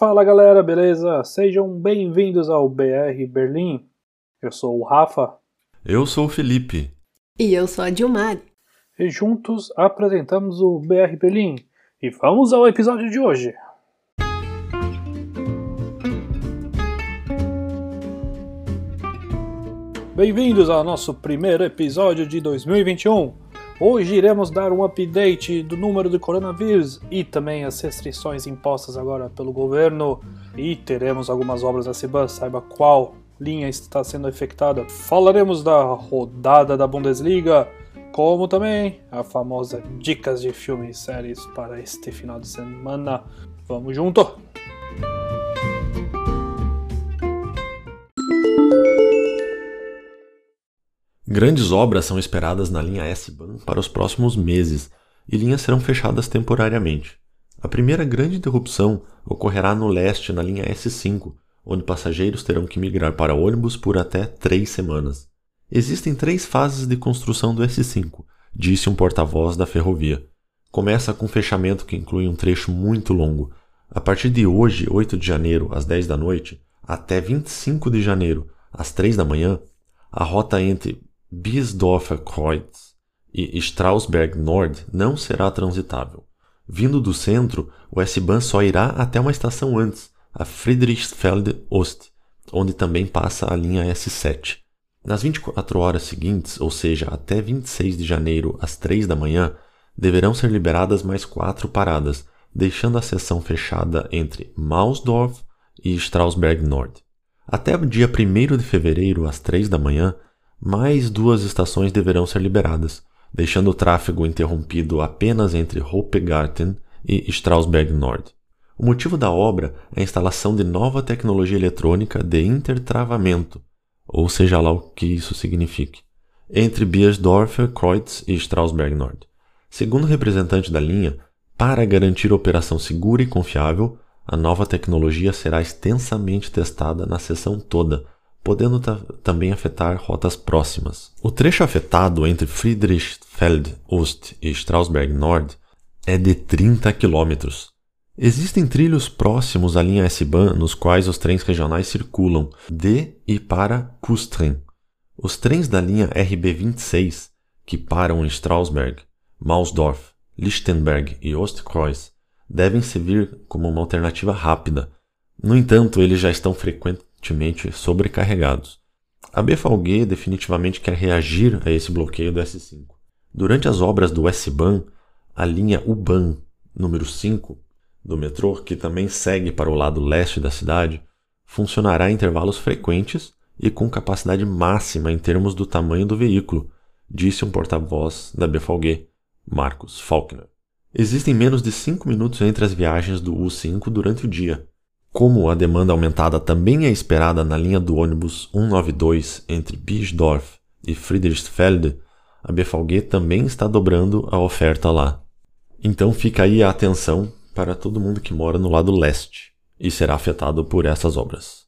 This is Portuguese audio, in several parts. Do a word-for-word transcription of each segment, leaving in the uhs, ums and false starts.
Fala galera, beleza? Sejam bem-vindos ao B R Berlim. Eu sou o Rafa. Eu sou o Felipe. E eu sou a Dilmar. E juntos apresentamos o B R Berlim. E vamos ao episódio de hoje. Bem-vindos ao nosso primeiro episódio de dois mil e vinte e um. Hoje iremos dar um update do número de coronavírus e também as restrições impostas agora pelo governo. E teremos algumas obras da C-Bahn, saiba qual linha está sendo afetada. Falaremos da rodada da Bundesliga, como também a famosa dicas de filmes e séries para este final de semana. Vamos junto! Grandes obras são esperadas na linha S-Bahn para os próximos meses e linhas serão fechadas temporariamente. A primeira grande interrupção ocorrerá no leste na linha S cinco, onde passageiros terão que migrar para ônibus por até três semanas. Existem três fases de construção do S cinco, disse um porta-voz da ferrovia. Começa com um fechamento que inclui um trecho muito longo. A partir de hoje, oito de janeiro, às dez da noite, até vinte e cinco de janeiro, às três da manhã, a rota entre Biesdorfer Kreuz e Strausberg Nord não será transitável. Vindo do centro, o S-Bahn só irá até uma estação antes, a Friedrichsfelde Ost, onde também passa a linha S sete. Nas vinte e quatro horas seguintes, ou seja, até vinte e seis de janeiro às três da manhã, deverão ser liberadas mais quatro paradas, deixando a seção fechada entre Mausdorf e Strausberg Nord. Até o dia primeiro de fevereiro às três da manhã, mais duas estações deverão ser liberadas, deixando o tráfego interrompido apenas entre Hoppegarten e Strausberg Nord. O motivo da obra é a instalação de nova tecnologia eletrônica de intertravamento, ou seja lá o que isso signifique, entre Biesdorfer Kreuz e Strausberg Nord. Segundo o representante da linha, para garantir operação segura e confiável, a nova tecnologia será extensamente testada na seção toda, podendo ta- também afetar rotas próximas. O trecho afetado entre Friedrichsfelde Ost e Strausberg Nord é de trinta quilômetros. Existem trilhos próximos à linha S-Bahn nos quais os trens regionais circulam de e para Kustrin. Os trens da linha R B vinte e seis, que param em Strausberg, Mausdorf, Lichtenberg e Ostkreuz, devem servir como uma alternativa rápida. No entanto, eles já estão frequentemente sobrecarregados. A B V G definitivamente quer reagir a esse bloqueio do S cinco. Durante as obras do S-Bahn, a linha U-Bahn número cinco do metrô, que também segue para o lado leste da cidade, funcionará em intervalos frequentes e com capacidade máxima em termos do tamanho do veículo, disse um porta-voz da B V G, Markus Faulkner. Existem menos de cinco minutos entre as viagens do U cinco durante o dia. Como a demanda aumentada também é esperada na linha do ônibus cento e noventa e dois entre Biesdorf e Friedrichsfelde, a B V G também está dobrando a oferta lá. Então fica aí a atenção para todo mundo que mora no lado leste e será afetado por essas obras.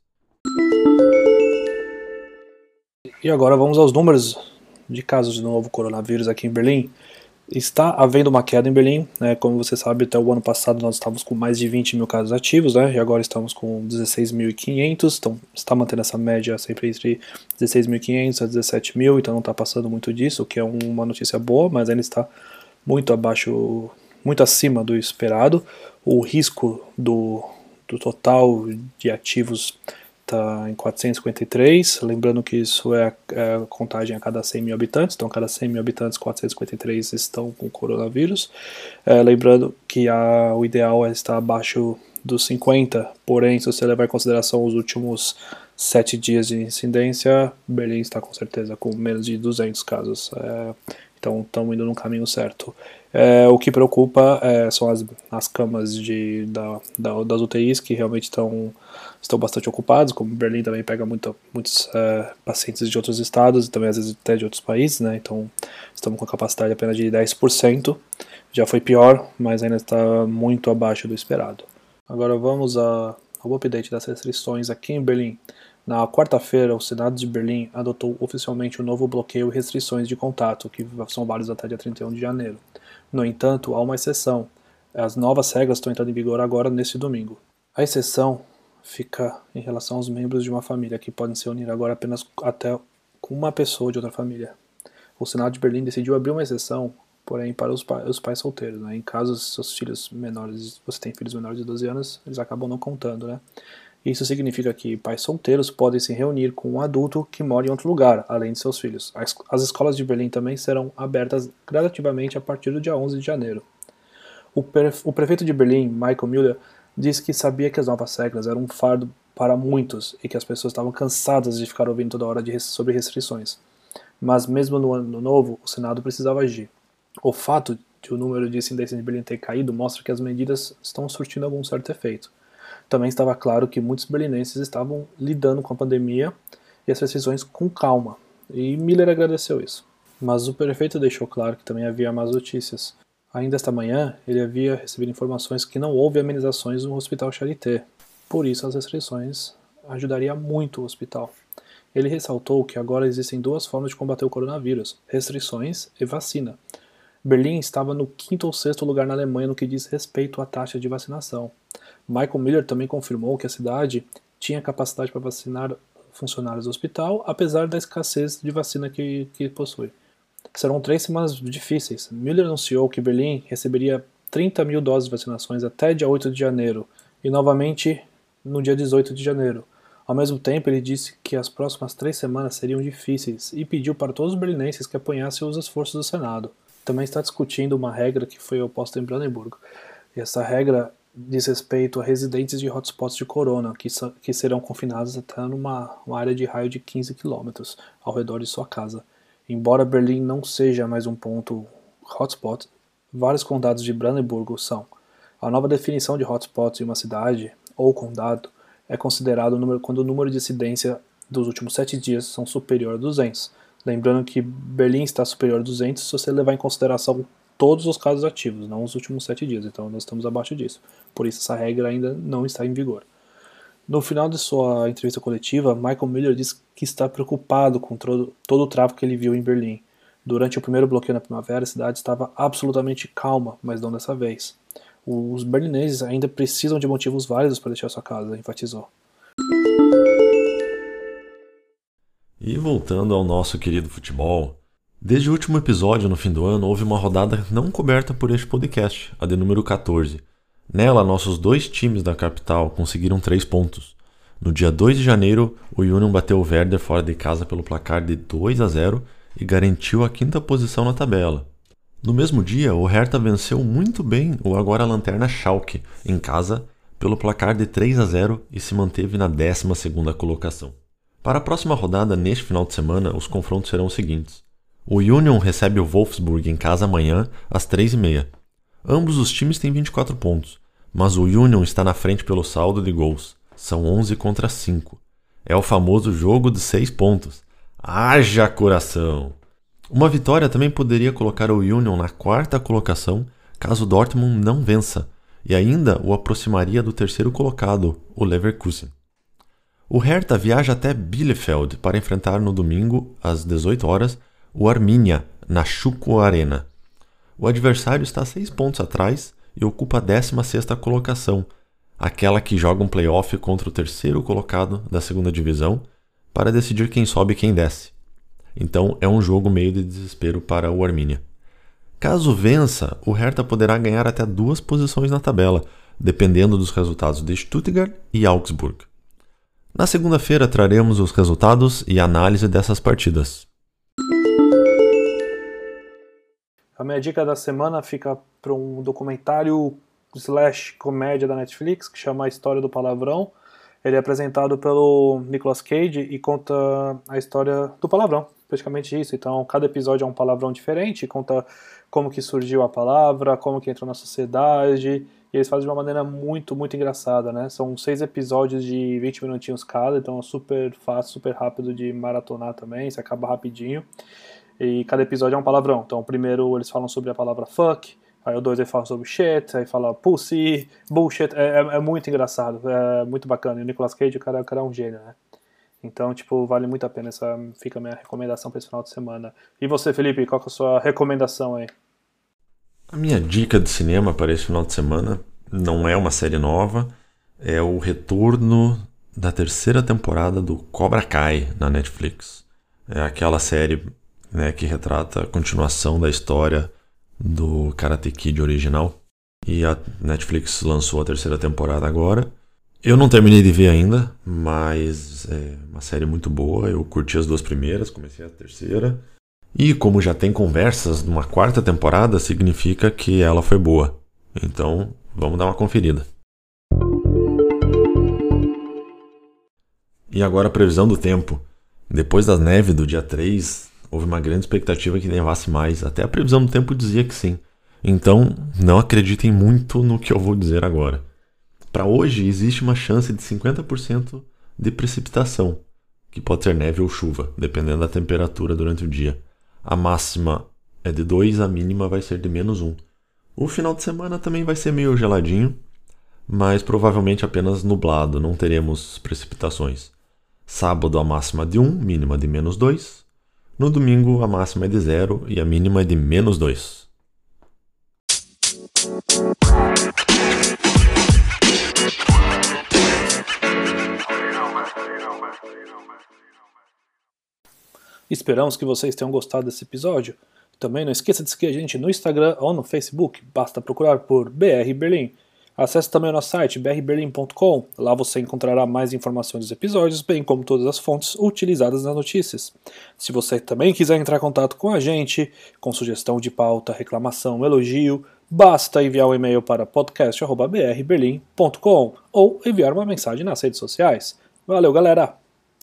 E agora vamos aos números de casos de novo coronavírus aqui em Berlim. Está havendo uma queda em Berlim, né? Como você sabe, até o ano passado nós estávamos com mais de vinte mil casos ativos, né? E agora estamos com dezesseis mil e quinhentos, então está mantendo essa média sempre entre dezesseis mil e quinhentos a dezessete mil, então não está passando muito disso, o que é uma notícia boa, mas ainda está muito abaixo, muito acima do esperado. O risco do, do total de ativos está em quatrocentos e cinquenta e três, lembrando que isso é a, é a contagem a cada cem mil habitantes, então a cada cem mil habitantes, quatrocentos e cinquenta e três estão com coronavírus. É, lembrando que a, o ideal é estar abaixo dos cinquenta, porém, se você levar em consideração os últimos sete dias de incidência, Berlim está com certeza com menos de duzentos casos, é, então estamos indo no caminho certo. É, o que preocupa é, são as, as camas de, da, da, das U T Is, que realmente estão, estão bastante ocupadas, como Berlim também pega muito, muitos é, pacientes de outros estados e também às vezes até de outros países, né? Então estamos com capacidade apenas de dez por cento, já foi pior, mas ainda está muito abaixo do esperado. Agora vamos a, ao update das restrições aqui em Berlim. Na quarta-feira, o Senado de Berlim adotou oficialmente o novo bloqueio e restrições de contato, que são válidos até dia trinta e um de janeiro. No entanto, há uma exceção. As novas regras estão entrando em vigor agora, neste domingo. A exceção fica em relação aos membros de uma família, que podem se unir agora apenas até com uma pessoa de outra família. O Senado de Berlim decidiu abrir uma exceção, porém para os, pa- os pais solteiros, né? Em casos seus filhos menores, você tem filhos menores de doze anos, eles acabam não contando, né? Isso significa que pais solteiros podem se reunir com um adulto que mora em outro lugar, além de seus filhos. As, as escolas de Berlim também serão abertas gradativamente a partir do dia onze de janeiro. O, pre- o prefeito de Berlim, Michael Müller, disse que sabia que as novas regras eram um fardo para muitos e que as pessoas estavam cansadas de ficar ouvindo toda hora de res- sobre restrições. Mas mesmo no ano novo, o Senado precisava agir. O fato de o número de incidências de Berlim ter caído mostra que as medidas estão surtindo algum certo efeito. Também estava claro que muitos berlinenses estavam lidando com a pandemia e as restrições com calma, e Miller agradeceu isso. Mas o prefeito deixou claro que também havia más notícias. Ainda esta manhã, ele havia recebido informações que não houve amenizações no Hospital Charité. Por isso, as restrições ajudariam muito o hospital. Ele ressaltou que agora existem duas formas de combater o coronavírus: restrições e vacina. Berlim estava no quinto ou sexto lugar na Alemanha no que diz respeito à taxa de vacinação. Michael Miller também confirmou que a cidade tinha capacidade para vacinar funcionários do hospital, apesar da escassez de vacina que, que possui. Serão três semanas difíceis. Miller anunciou que Berlim receberia trinta mil doses de vacinações até dia oito de janeiro e novamente no dia dezoito de janeiro. Ao mesmo tempo, ele disse que as próximas três semanas seriam difíceis e pediu para todos os berlinenses que apoiassem os esforços do Senado. Também está discutindo uma regra que foi oposta em Brandenburgo. E essa regra diz respeito a residentes de hotspots de corona, que, que serão confinados até numa uma área de raio de quinze quilômetros ao redor de sua casa. Embora Berlim não seja mais um ponto hotspot, vários condados de Brandenburgo são. A nova definição de hotspot em uma cidade ou condado é considerado o número, quando o número de incidência dos últimos sete dias são superior a duzentos. Lembrando que Berlim está superior a duzentos se você levar em consideração todos os casos ativos, não os últimos sete dias. Então nós estamos abaixo disso. Por isso essa regra ainda não está em vigor. No final de sua entrevista coletiva, Michael Müller disse que está preocupado com todo, todo o tráfego que ele viu em Berlim. Durante o primeiro bloqueio na primavera, a cidade estava absolutamente calma, mas não dessa vez. Os berlineses ainda precisam de motivos válidos para deixar sua casa, enfatizou. E voltando ao nosso querido futebol, desde o último episódio no fim do ano houve uma rodada não coberta por este podcast, a de número quatorze. Nela, nossos dois times da capital conseguiram três pontos. No dia dois de janeiro, o Union bateu o Werder fora de casa pelo placar de dois a zero e garantiu a quinta posição na tabela. No mesmo dia, o Hertha venceu muito bem o agora lanterna Schalke, em casa, pelo placar de três a zero e se manteve na décima segunda colocação. Para a próxima rodada, neste final de semana, os confrontos serão os seguintes. O Union recebe o Wolfsburg em casa amanhã, às três e meia. Ambos os times têm vinte e quatro pontos, mas o Union está na frente pelo saldo de gols. São onze contra cinco. É o famoso jogo de seis pontos. Haja coração! Uma vitória também poderia colocar o Union na quarta colocação caso o Dortmund não vença, e ainda o aproximaria do terceiro colocado, o Leverkusen. O Hertha viaja até Bielefeld para enfrentar no domingo, às dezoito horas, o Arminia, na Schuko Arena. O adversário está a seis pontos atrás e ocupa a décima sexta colocação, aquela que joga um playoff contra o terceiro colocado da segunda divisão para decidir quem sobe e quem desce. Então é um jogo meio de desespero para o Arminia. Caso vença, o Hertha poderá ganhar até duas posições na tabela, dependendo dos resultados de Stuttgart e Augsburg. Na segunda-feira traremos os resultados e análise dessas partidas. A minha dica da semana fica para um documentário slash comédia da Netflix que chama A História do Palavrão. Ele é apresentado pelo Nicolas Cage e conta a história do palavrão, praticamente isso. Então cada episódio é um palavrão diferente, conta como que surgiu a palavra, como que entrou na sociedade, e eles fazem de uma maneira muito, muito engraçada, né? São seis episódios de vinte minutinhos cada, então é super fácil, super rápido de maratonar também, você acaba rapidinho. E cada episódio é um palavrão. Então o primeiro eles falam sobre a palavra fuck, aí o dois ele fala sobre shit, aí fala pussy, bullshit, é, é, é muito engraçado, é muito bacana. E o Nicolas Cage, o cara, o cara é um gênio, né? Então, tipo, vale muito a pena, essa fica a minha recomendação para esse final de semana. E você, Felipe, qual que é a sua recomendação aí? A minha dica de cinema para esse final de semana não é uma série nova, é o retorno da terceira temporada do Cobra Kai na Netflix. É aquela série, né, que retrata a continuação da história do Karate Kid original. E a Netflix lançou a terceira temporada agora. Eu não terminei de ver ainda, mas é uma série muito boa. Eu curti as duas primeiras, comecei a terceira. E como já tem conversas numa quarta temporada, significa que ela foi boa. Então, vamos dar uma conferida. E agora a previsão do tempo. Depois da neve do dia três, houve uma grande expectativa que nevasse mais. Até a previsão do tempo dizia que sim. Então, não acreditem muito no que eu vou dizer agora. Para hoje, existe uma chance de cinquenta por cento de precipitação, que pode ser neve ou chuva, dependendo da temperatura durante o dia. A máxima é de dois, a mínima vai ser de menos um. O final de semana também vai ser meio geladinho, mas provavelmente apenas nublado, não teremos precipitações. Sábado a máxima de um, mínima de menos dois. No domingo a máxima é de zero e a mínima é de menos dois. Esperamos que vocês tenham gostado desse episódio. Também não esqueça de seguir a gente no Instagram ou no Facebook, basta procurar por B R Berlim. Acesse também o nosso site b r berlim ponto com, lá você encontrará mais informações dos episódios, bem como todas as fontes utilizadas nas notícias. Se você também quiser entrar em contato com a gente, com sugestão de pauta, reclamação, elogio, basta enviar um e-mail para podcast arroba b r berlim ponto com ou enviar uma mensagem nas redes sociais. Valeu, galera!